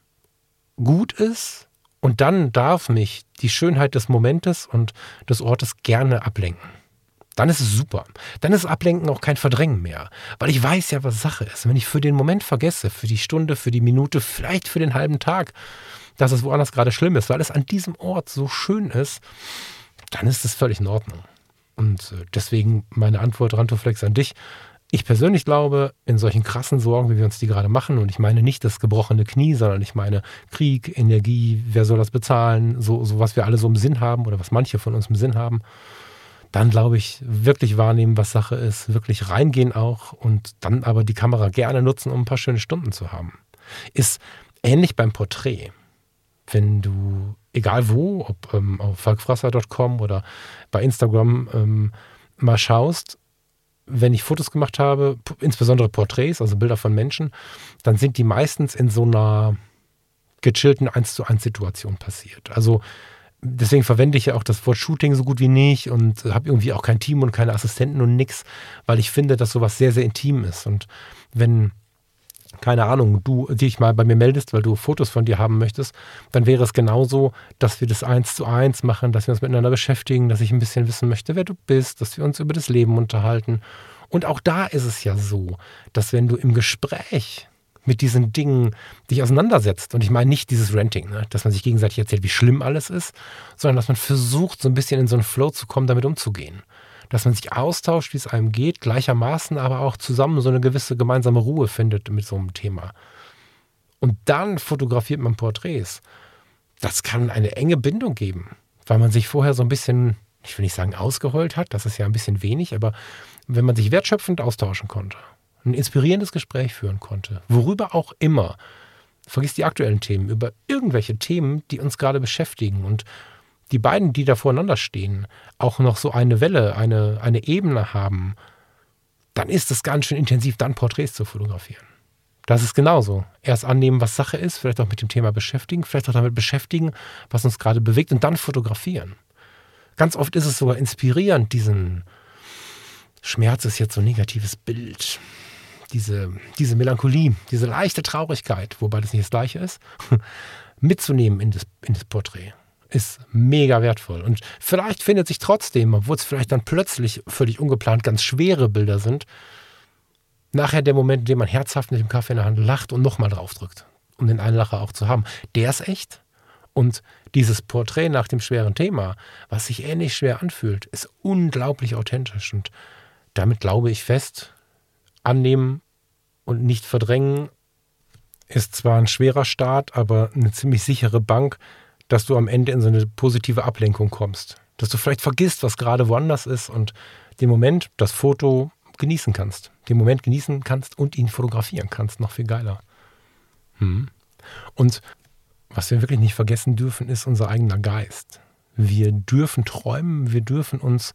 gut ist und dann darf mich die Schönheit des Momentes und des Ortes gerne ablenken. Dann ist es super. Dann ist Ablenken auch kein Verdrängen mehr. Weil ich weiß ja, was Sache ist. Wenn ich für den Moment vergesse, für die Stunde, für die Minute, vielleicht für den halben Tag, dass es woanders gerade schlimm ist, weil es an diesem Ort so schön ist, dann ist es völlig in Ordnung. Und deswegen meine Antwort, Rantoflex, an dich. Ich persönlich glaube, in solchen krassen Sorgen, wie wir uns die gerade machen, und ich meine nicht das gebrochene Knie, sondern ich meine Krieg, Energie, wer soll das bezahlen, so was wir alle so im Sinn haben oder was manche von uns im Sinn haben, dann glaube ich, wirklich wahrnehmen, was Sache ist, wirklich reingehen auch und dann aber die Kamera gerne nutzen, um ein paar schöne Stunden zu haben. Ist ähnlich beim Porträt. Wenn du, egal wo, ob auf falkfrasser.com oder bei Instagram mal schaust, wenn ich Fotos gemacht habe, insbesondere Porträts, also Bilder von Menschen, dann sind die meistens in so einer gechillten 1:1 Situation passiert. Also deswegen verwende ich ja auch das Wort Shooting so gut wie nicht und habe irgendwie auch kein Team und keine Assistenten und nix, weil ich finde, dass sowas sehr, sehr intim ist. Und wenn, keine Ahnung, du dich mal bei mir meldest, weil du Fotos von dir haben möchtest, dann wäre es genauso, dass wir das 1:1 machen, dass wir uns miteinander beschäftigen, dass ich ein bisschen wissen möchte, wer du bist, dass wir uns über das Leben unterhalten. Und auch da ist es ja so, dass wenn du im Gespräch mit diesen Dingen dich auseinandersetzt. Und ich meine nicht dieses Ranting, ne? Dass man sich gegenseitig erzählt, wie schlimm alles ist, sondern dass man versucht, so ein bisschen in so einen Flow zu kommen, damit umzugehen. Dass man sich austauscht, wie es einem geht, gleichermaßen, aber auch zusammen so eine gewisse gemeinsame Ruhe findet mit so einem Thema. Und dann fotografiert man Porträts. Das kann eine enge Bindung geben, weil man sich vorher so ein bisschen, ich will nicht sagen ausgeheult hat, das ist ja ein bisschen wenig, aber wenn man sich wertschöpfend austauschen konnte, ein inspirierendes Gespräch führen konnte, worüber auch immer. Vergiss die aktuellen Themen, über irgendwelche Themen, die uns gerade beschäftigen und die beiden, die da voreinander stehen, auch noch so eine Welle, eine Ebene haben, dann ist es ganz schön intensiv, dann Porträts zu fotografieren. Das ist genauso. Erst annehmen, was Sache ist, vielleicht auch mit dem Thema beschäftigen, vielleicht auch damit beschäftigen, was uns gerade bewegt und dann fotografieren. Ganz oft ist es sogar inspirierend, diesen Schmerz ist jetzt so ein negatives Bild. Diese Melancholie, diese leichte Traurigkeit, wobei das nicht das Gleiche ist, mitzunehmen in das Porträt, ist mega wertvoll. Und vielleicht findet sich trotzdem, obwohl es vielleicht dann plötzlich völlig ungeplant ganz schwere Bilder sind, nachher der Moment, in dem man herzhaft mit dem Kaffee in der Hand lacht und nochmal draufdrückt, um den Einlacher auch zu haben. Der ist echt. Und dieses Porträt nach dem schweren Thema, was sich ähnlich schwer anfühlt, ist unglaublich authentisch. Und damit glaube ich fest, annehmen und nicht verdrängen ist zwar ein schwerer Start, aber eine ziemlich sichere Bank, dass du am Ende in so eine positive Ablenkung kommst. Dass du vielleicht vergisst, was gerade woanders ist und den Moment, das Foto genießen kannst. Den Moment genießen kannst und ihn fotografieren kannst. Noch viel geiler. Und was wir wirklich nicht vergessen dürfen, ist unser eigener Geist. Wir dürfen träumen, wir dürfen uns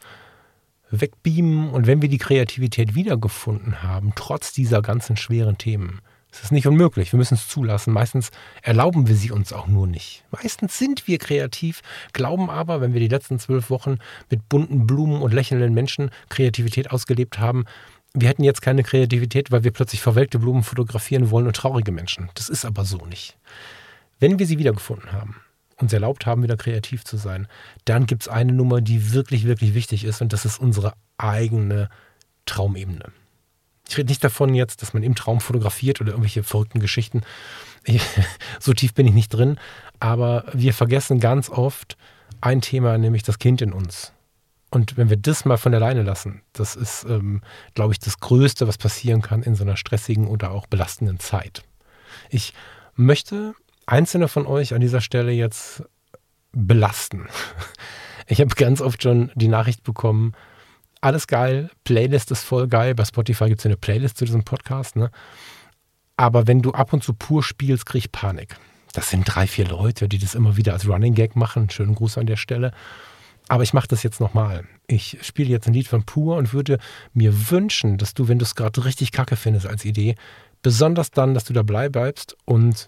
wegbeamen und wenn wir die Kreativität wiedergefunden haben, trotz dieser ganzen schweren Themen, Es ist nicht unmöglich, wir müssen es zulassen. Meistens erlauben wir sie uns auch nur nicht. Meistens sind wir kreativ, glauben aber, wenn wir die letzten 12 Wochen mit bunten Blumen und lächelnden Menschen Kreativität ausgelebt haben, wir hätten jetzt keine Kreativität, weil wir plötzlich verwelkte Blumen fotografieren wollen und traurige Menschen. Das ist aber so nicht. Wenn wir sie wiedergefunden haben, uns erlaubt haben, wieder kreativ zu sein, dann gibt es eine Nummer, die wirklich, wirklich wichtig ist und das ist unsere eigene Traumebene. Ich rede nicht davon jetzt, dass man im Traum fotografiert oder irgendwelche verrückten Geschichten. So tief bin ich nicht drin. Aber wir vergessen ganz oft ein Thema, nämlich das Kind in uns. Und wenn wir das mal von der Leine lassen, das ist, glaube ich, das Größte, was passieren kann in so einer stressigen oder auch belastenden Zeit. Ich möchte einzelne von euch an dieser Stelle jetzt belasten. Ich habe ganz oft schon die Nachricht bekommen, alles geil, Playlist ist voll geil. Bei Spotify gibt es ja eine Playlist zu diesem Podcast, ne? Aber wenn du ab und zu pur spielst, krieg ich Panik. Das sind 3, 4 Leute, die das immer wieder als Running Gag machen. Schönen Gruß an der Stelle. Aber ich mache das jetzt nochmal. Ich spiele jetzt ein Lied von Pur und würde mir wünschen, dass du, wenn du es gerade richtig kacke findest als Idee, besonders dann, dass du dabei bleibst und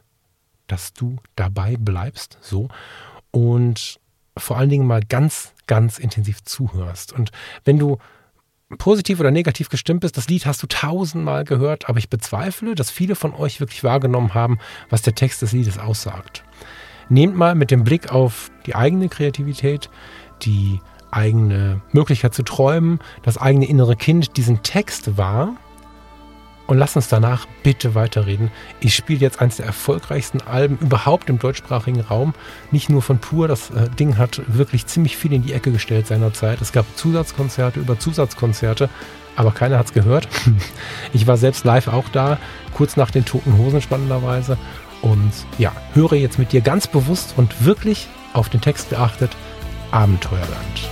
so. Und vor allen Dingen mal ganz, ganz intensiv zuhörst. Und wenn du positiv oder negativ gestimmt bist, das Lied hast du 1000-mal gehört, aber ich bezweifle, dass viele von euch wirklich wahrgenommen haben, was der Text des Liedes aussagt. Nehmt mal mit dem Blick auf die eigene Kreativität, die eigene Möglichkeit zu träumen, das eigene innere Kind diesen Text wahr und lasst uns danach bitte weiterreden. Ich spiele jetzt eines der erfolgreichsten Alben überhaupt im deutschsprachigen Raum. Nicht nur von Pur, das Ding hat wirklich ziemlich viel in die Ecke gestellt seinerzeit. Es gab Zusatzkonzerte über Zusatzkonzerte, aber keiner hat es gehört. Ich war selbst live auch da, kurz nach den Toten Hosen spannenderweise. Und ja, höre jetzt mit dir ganz bewusst und wirklich auf den Text geachtet, Abenteuerland.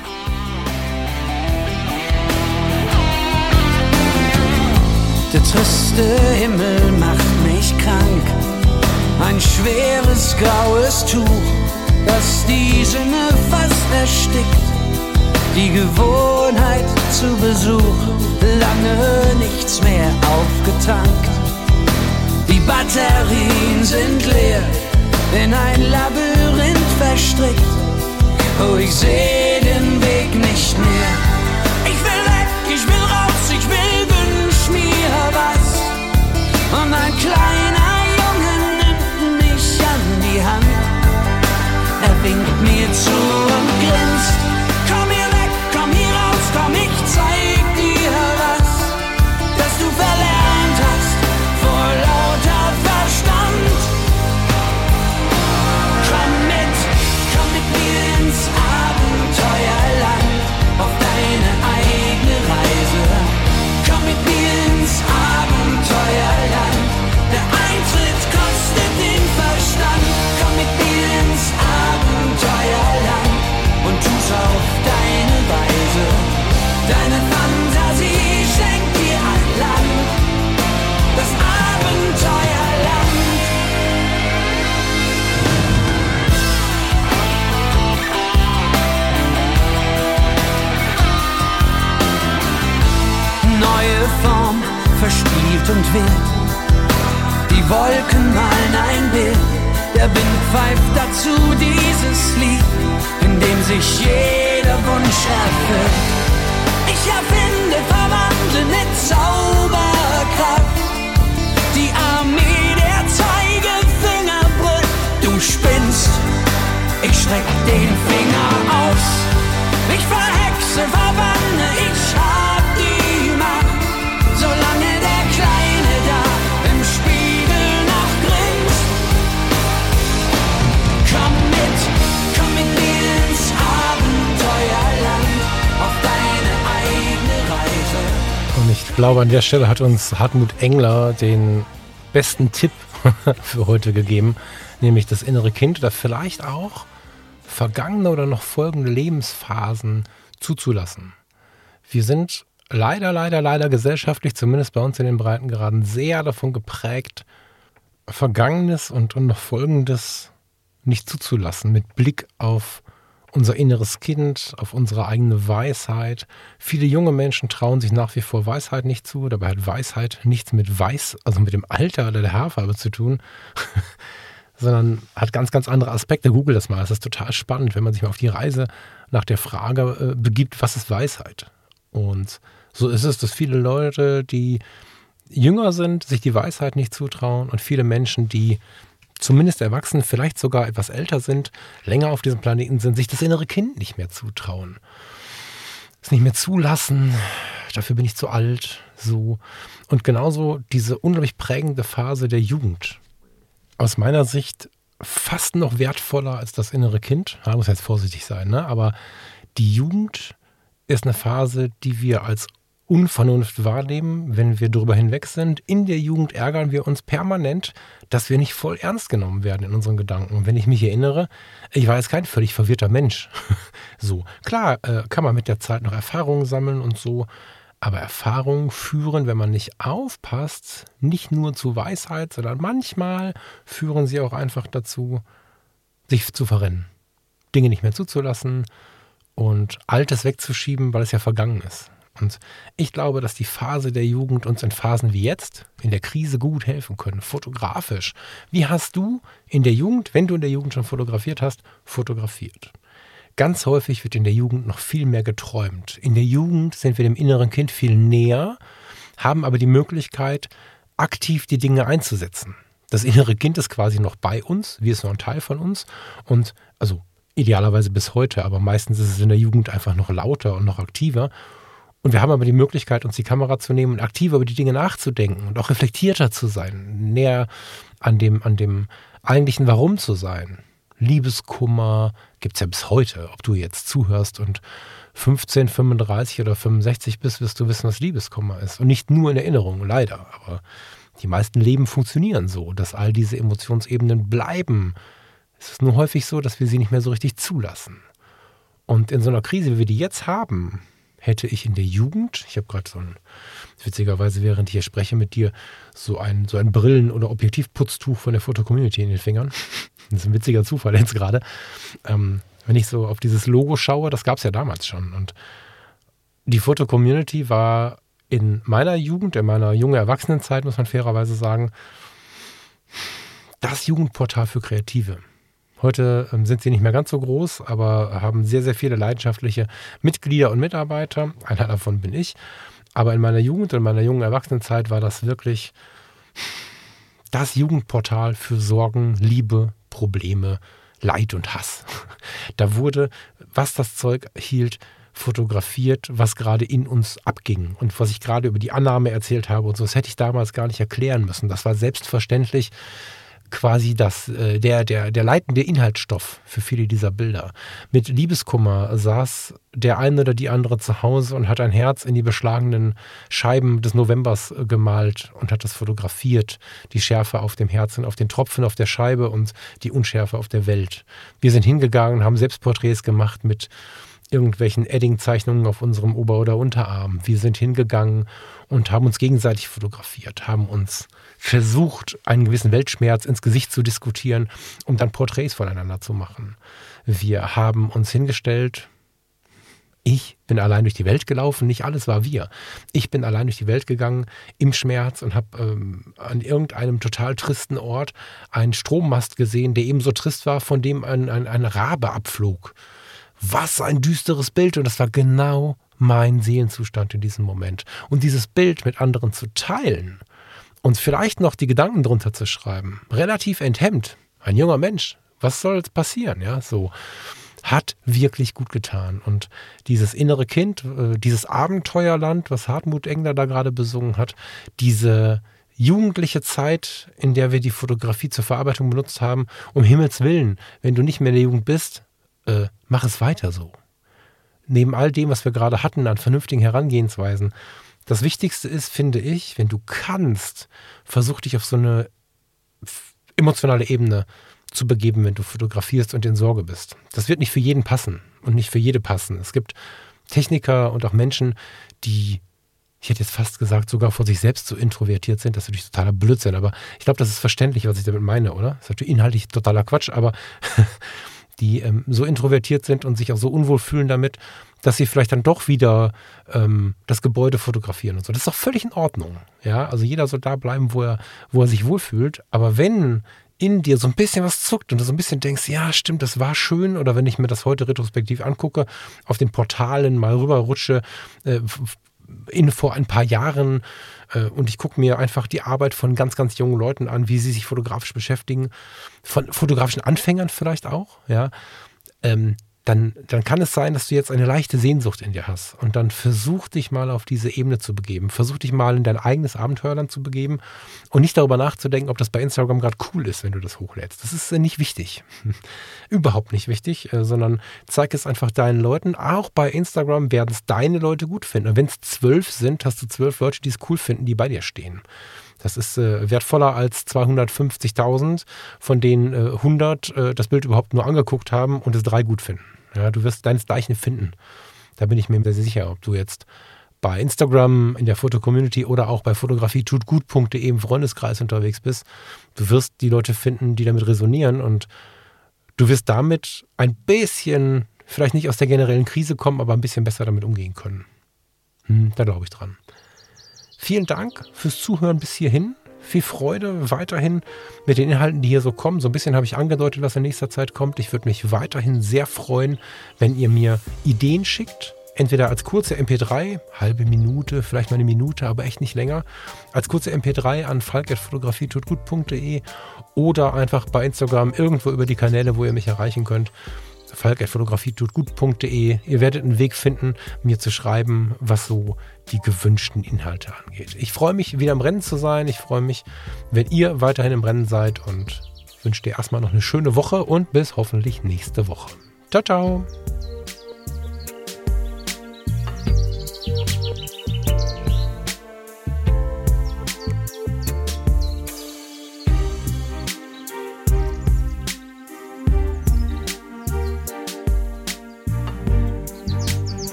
Der triste Himmel macht mich krank, ein schweres graues Tuch, das die Sinne fast erstickt, die Gewohnheit zu Besuch, lange nichts mehr aufgetankt. Die Batterien sind leer, in ein Labyrinth verstrickt, oh, ich seh den Weg nicht mehr. Ich will weg, ich will raus, ich will mir was. Und ein kleiner Junge nimmt mich an die Hand. Er winkt mir zu und grinst. Komm hier weg, komm hier raus, komm, ich zeig dir was, das du verlernt hast vor lauter Verstand. Komm mit mir ins Abenteuerland, auf deine eigene Reise. Komm mit mir ins Abenteuerland, der Eintritt kostet den Verstand. Komm mit mir ins Abenteuerland und tu's auf deine Weise. Deine Fantasie schenkt dir ein Land, das Abenteuerland. Neue Form, verspielt und wild. Die Wolken malen ein Bild, der Wind pfeift dazu dieses Lied, in dem sich jeder Wunsch erfüllt. Ich erfinde, verwandle mit Zauberkraft, die Armee der Zeigefinger brüllt. Du spinnst, ich streck den Finger aus, ich verhexe, verbanne, ich hab die Macht, solange der Kleine da im Spiegel noch grinst. Komm mit mir ins Abenteuerland, auf deine eigene Reise. Und ich glaube, an der Stelle hat uns Hartmut Engler den besten Tipp für heute gegeben, nämlich das innere Kind oder vielleicht auch vergangene oder noch folgende Lebensphasen zuzulassen. Wir sind leider gesellschaftlich, zumindest bei uns in den Breitengraden, sehr davon geprägt, Vergangenes und noch Folgendes nicht zuzulassen, mit Blick auf unser inneres Kind, auf unsere eigene Weisheit. Viele junge Menschen trauen sich nach wie vor Weisheit nicht zu. Dabei hat Weisheit nichts mit also mit dem Alter oder der Haarfarbe zu tun, sondern hat ganz, ganz andere Aspekte. Google das mal. Es ist total spannend, wenn man sich mal auf die Reise nach der Frage begibt, was ist Weisheit? Und so ist es, dass viele Leute, die jünger sind, sich die Weisheit nicht zutrauen und viele Menschen, die zumindest erwachsen, vielleicht sogar etwas älter sind, länger auf diesem Planeten sind, sich das innere Kind nicht mehr zutrauen. Es nicht mehr zulassen, dafür bin ich zu alt, so. Und genauso diese unglaublich prägende Phase der Jugend. Aus meiner Sicht fast noch wertvoller als das innere Kind. Da muss jetzt vorsichtig sein, ne? Aber die Jugend ist eine Phase, die wir als Unvernunft wahrnehmen, wenn wir darüber hinweg sind. In der Jugend ärgern wir uns permanent, dass wir nicht voll ernst genommen werden in unseren Gedanken. Und wenn ich mich erinnere, ich war jetzt kein völlig verwirrter Mensch. So, klar, kann man mit der Zeit noch Erfahrungen sammeln und so, aber Erfahrungen führen, wenn man nicht aufpasst, nicht nur zu Weisheit, sondern manchmal führen sie auch einfach dazu, sich zu verrennen. Dinge nicht mehr zuzulassen und Altes wegzuschieben, weil es ja vergangen ist. Und ich glaube, dass die Phase der Jugend uns in Phasen wie jetzt, in der Krise gut helfen können, fotografisch. Wie hast du in der Jugend, wenn du in der Jugend schon fotografiert hast, fotografiert? Ganz häufig wird in der Jugend noch viel mehr geträumt. In der Jugend sind wir dem inneren Kind viel näher, haben aber die Möglichkeit, aktiv die Dinge einzusetzen. Das innere Kind ist quasi noch bei uns, wir sind noch ein Teil von uns und also idealerweise bis heute, aber meistens ist es in der Jugend einfach noch lauter und noch aktiver. Und wir haben aber die Möglichkeit, uns die Kamera zu nehmen und aktiver über die Dinge nachzudenken und auch reflektierter zu sein, näher an dem eigentlichen Warum zu sein. Liebeskummer gibt es ja bis heute. Ob du jetzt zuhörst und 15, 35 oder 65 bist, wirst du wissen, was Liebeskummer ist. Und nicht nur in Erinnerung, leider. Aber die meisten Leben funktionieren so, dass all diese Emotionsebenen bleiben. Es ist nur häufig so, dass wir sie nicht mehr so richtig zulassen. Und in so einer Krise, wie wir die jetzt haben, hätte ich in der Jugend, ich habe gerade witzigerweise, während ich hier spreche mit dir, so ein Brillen- oder Objektivputztuch von der Foto-Community in den Fingern. Das ist ein witziger Zufall jetzt gerade. Wenn ich so auf dieses Logo schaue, das gab es ja damals schon. Und die Foto-Community war in meiner Jugend, in meiner jungen Erwachsenenzeit, muss man fairerweise sagen, das Jugendportal für Kreative. Heute sind sie nicht mehr ganz so groß, aber haben sehr, sehr viele leidenschaftliche Mitglieder und Mitarbeiter. Einer davon bin ich. Aber in meiner Jugend, in meiner jungen Erwachsenenzeit war das wirklich das Jugendportal für Sorgen, Liebe, Probleme, Leid und Hass. Da wurde, was das Zeug hielt, fotografiert, was gerade in uns abging. Und was ich gerade über die Annahme erzählt habe und so, das hätte ich damals gar nicht erklären müssen. Das war selbstverständlich quasi der leitende Inhaltsstoff für viele dieser Bilder. Mit Liebeskummer saß der eine oder die andere zu Hause und hat ein Herz in die beschlagenen Scheiben des Novembers gemalt und hat das fotografiert. Die Schärfe auf dem Herzen, auf den Tropfen auf der Scheibe und die Unschärfe auf der Welt. Wir sind hingegangen, haben Selbstporträts gemacht mit irgendwelchen Edding-Zeichnungen auf unserem Ober- oder Unterarm. Wir sind hingegangen und haben uns gegenseitig fotografiert, haben uns versucht, einen gewissen Weltschmerz ins Gesicht zu diskutieren, um dann Porträts voneinander zu machen. Wir haben uns hingestellt, ich bin allein durch die Welt gelaufen, nicht alles war wir. Ich bin allein durch die Welt gegangen im Schmerz und habe an irgendeinem total tristen Ort einen Strommast gesehen, der eben so trist war, von dem ein Rabe abflog. Was ein düsteres Bild, und das war genau mein Seelenzustand in diesem Moment. Und dieses Bild mit anderen zu teilen und vielleicht noch die Gedanken drunter zu schreiben, relativ enthemmt, ein junger Mensch, was soll jetzt passieren, ja, so, hat wirklich gut getan. Und dieses innere Kind, dieses Abenteuerland, was Hartmut Engler da gerade besungen hat, diese jugendliche Zeit, in der wir die Fotografie zur Verarbeitung benutzt haben, um Himmels Willen, wenn du nicht mehr in der Jugend bist, mach es weiter so. Neben all dem, was wir gerade hatten an vernünftigen Herangehensweisen, das Wichtigste ist, finde ich, wenn du kannst, versuch dich auf so eine emotionale Ebene zu begeben, wenn du fotografierst und in Sorge bist. Das wird nicht für jeden passen und nicht für jede passen. Es gibt Techniker und auch Menschen, die, ich hätte jetzt fast gesagt, sogar vor sich selbst so introvertiert sind. Das ist natürlich totaler Blödsinn, aber ich glaube, das ist verständlich, was ich damit meine, oder? Das ist natürlich inhaltlich totaler Quatsch, aber die so introvertiert sind und sich auch so unwohl fühlen damit, dass sie vielleicht dann doch wieder das Gebäude fotografieren und so. Das ist doch völlig in Ordnung. Ja, also jeder soll da bleiben, wo er sich wohlfühlt. Aber wenn in dir so ein bisschen was zuckt und du so ein bisschen denkst, ja, stimmt, das war schön, oder wenn ich mir das heute retrospektiv angucke, auf den Portalen mal rüberrutsche, vor ein paar Jahren und ich gucke mir einfach die Arbeit von ganz, ganz jungen Leuten an, wie sie sich fotografisch beschäftigen, von fotografischen Anfängern vielleicht auch, ja, dann kann es sein, dass du jetzt eine leichte Sehnsucht in dir hast. Und dann versuch dich mal auf diese Ebene zu begeben. Versuch dich mal in dein eigenes Abenteuerland zu begeben und nicht darüber nachzudenken, ob das bei Instagram gerade cool ist, wenn du das hochlädst. Das ist nicht wichtig. Überhaupt nicht wichtig, sondern zeig es einfach deinen Leuten. Auch bei Instagram werden es deine Leute gut finden. Und wenn es 12 sind, hast du 12 Leute, die es cool finden, die bei dir stehen. Das ist wertvoller als 250.000, von denen 100 das Bild überhaupt nur angeguckt haben und es 3 gut finden. Ja, du wirst deinesgleichen finden. Da bin ich mir sehr sicher, ob du jetzt bei Instagram in der Foto-Community oder auch bei fotografietutgut.de im Freundeskreis unterwegs bist. Du wirst die Leute finden, die damit resonieren, und du wirst damit ein bisschen, vielleicht nicht aus der generellen Krise kommen, aber ein bisschen besser damit umgehen können. Da glaube ich dran. Vielen Dank fürs Zuhören bis hierhin. Viel Freude weiterhin mit den Inhalten, die hier so kommen. So ein bisschen habe ich angedeutet, was in nächster Zeit kommt. Ich würde mich weiterhin sehr freuen, wenn ihr mir Ideen schickt. Entweder als kurze MP3, halbe Minute, vielleicht mal eine Minute, aber echt nicht länger. Als kurze MP3 an falk@fotografietutgut.de oder einfach bei Instagram irgendwo über die Kanäle, wo ihr mich erreichen könnt. falk@fotografietutgut.de. Ihr werdet einen Weg finden, mir zu schreiben, was so die gewünschten Inhalte angeht. Ich freue mich, wieder im Rennen zu sein. Ich freue mich, wenn ihr weiterhin im Rennen seid, und wünsche dir erstmal noch eine schöne Woche und bis hoffentlich nächste Woche. Ciao, ciao!